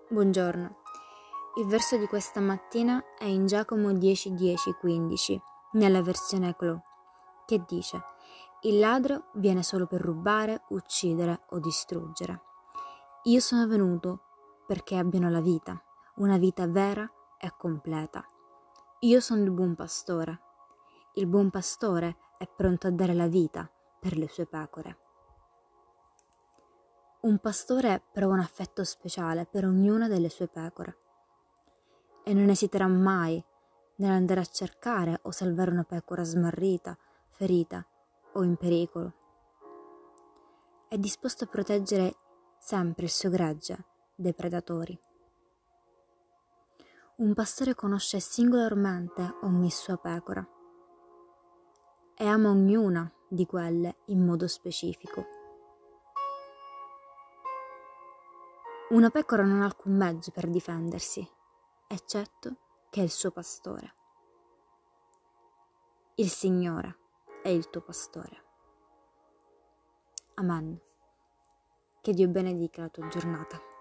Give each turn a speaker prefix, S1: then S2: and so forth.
S1: Buongiorno. Il verso di questa mattina è in Giacomo 10:10-15, nella versione Clou, che dice: Il ladro viene solo per rubare, uccidere o distruggere. Io sono venuto perché abbiano la vita, una vita vera e completa. Io sono il buon pastore. Il buon pastore è pronto a dare la vita per le sue pecore. Un pastore prova un affetto speciale per ognuna delle sue pecore e non esiterà mai nell'andare a cercare o salvare una pecora smarrita, ferita o in pericolo. È disposto a proteggere sempre il suo gregge dai predatori. Un pastore conosce singolarmente ogni sua pecora e ama ognuna di quelle in modo specifico. Una pecora non ha alcun mezzo per difendersi, eccetto che il suo pastore. Il Signore è il tuo pastore. Amen. Che Dio benedica la tua giornata.